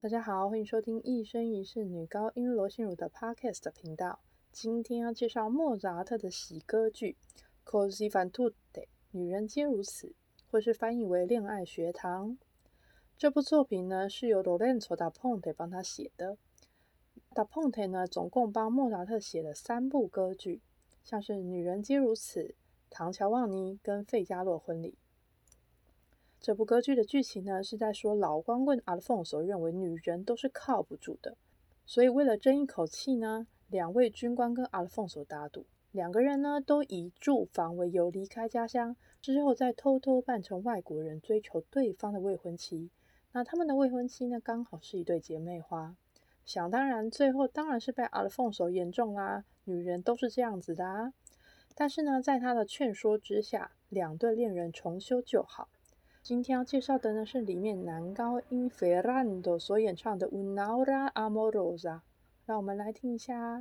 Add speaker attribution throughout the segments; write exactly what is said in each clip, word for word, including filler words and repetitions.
Speaker 1: 大家好，欢迎收听一生一世女高音罗心如的 Podcast 频道。今天要介绍莫扎特的喜歌剧 Così fan tutte 女人皆如此，或是翻译为恋爱学堂。这部作品呢是由 Lorenzo da Ponte 帮他写的。da Ponte 呢总共帮莫扎特写了三部歌剧，像是女人皆如此、唐乔旺尼跟费加洛婚礼。这部歌剧的剧情呢，是在说老光棍阿尔丰索认为女人都是靠不住的，所以为了争一口气呢，两位军官跟阿尔丰索打赌，两个人呢都以住房为由离开家乡，之后再偷偷扮成外国人追求对方的未婚妻。那他们的未婚妻呢，刚好是一对姐妹花。想当然，最后当然是被阿尔丰索言中啦，女人都是这样子的啊。但是呢，在他的劝说之下，两对恋人重修旧好。今天要介绍的呢是里面男高音 Ferrando 所演唱的 Un'aura amorosa， 让我们来听一下。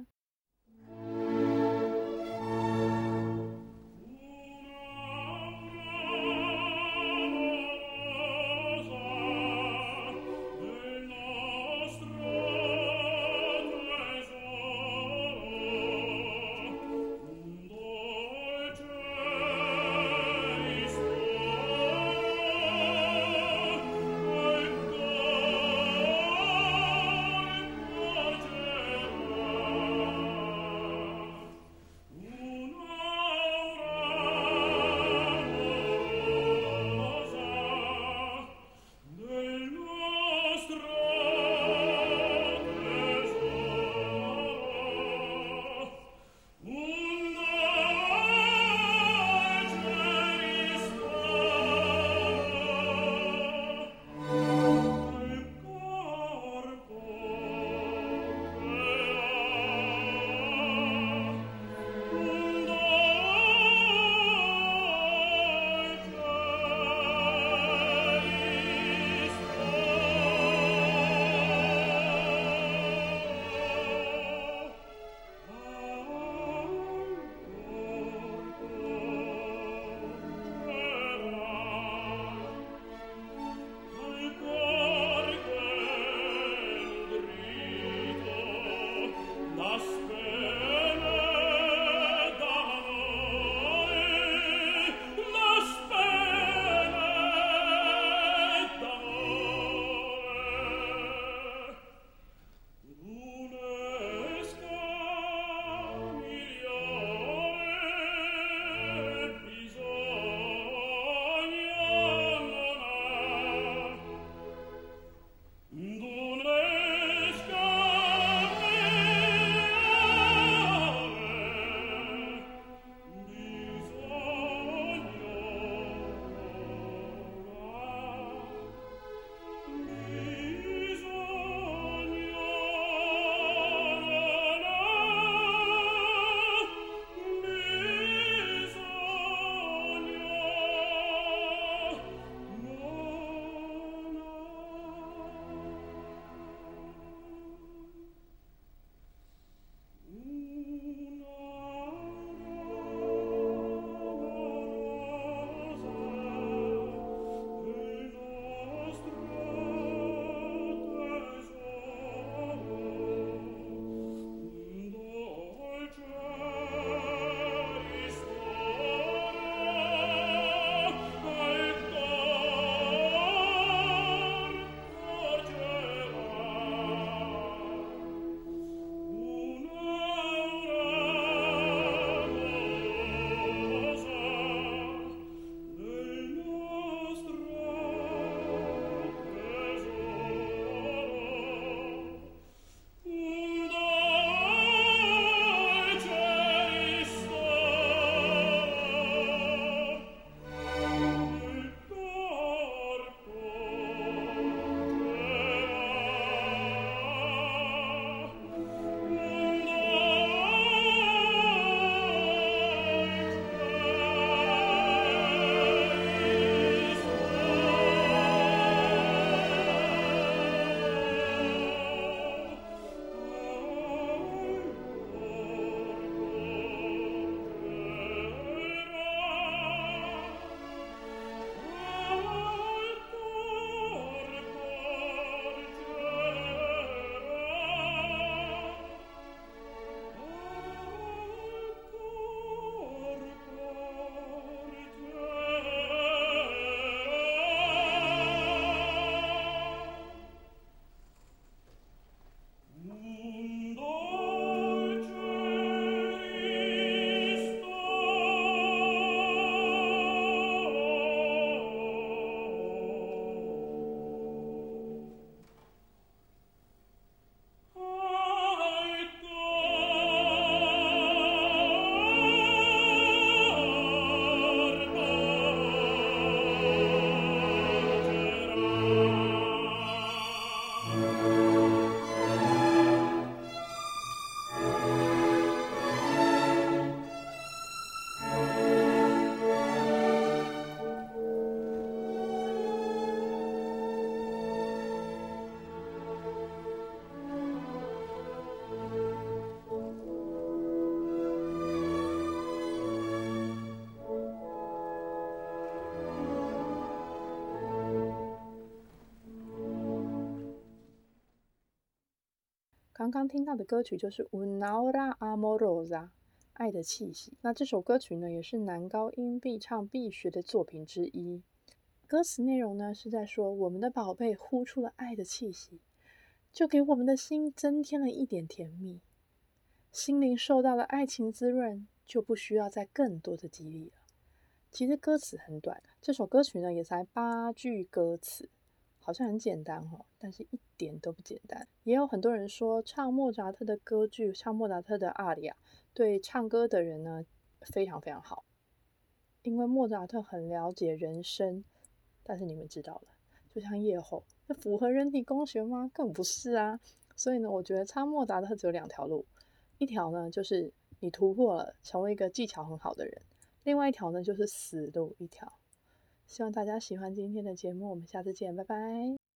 Speaker 1: 刚刚听到的歌曲就是 Un'aura amorosa 爱的气息。那这首歌曲呢，也是男高音必唱必学的作品之一。歌词内容呢，是在说我们的宝贝呼出了爱的气息，就给我们的心增添了一点甜蜜。心灵受到了爱情滋润，就不需要再更多的激励了。其实歌词很短，这首歌曲呢也才八句歌词，好像很简单哦，但是一点都不简单。也有很多人说，唱莫扎特的歌剧，唱莫扎特的阿里亚，对唱歌的人呢非常非常好，因为莫扎特很了解人生。但是你们知道了，就像夜后，那符合人体工学吗？根本不是啊。所以呢，我觉得唱莫扎特只有两条路，一条呢就是你突破了，成为一个技巧很好的人；另外一条呢就是死路一条。希望大家喜欢今天的节目，我们下次见，拜拜。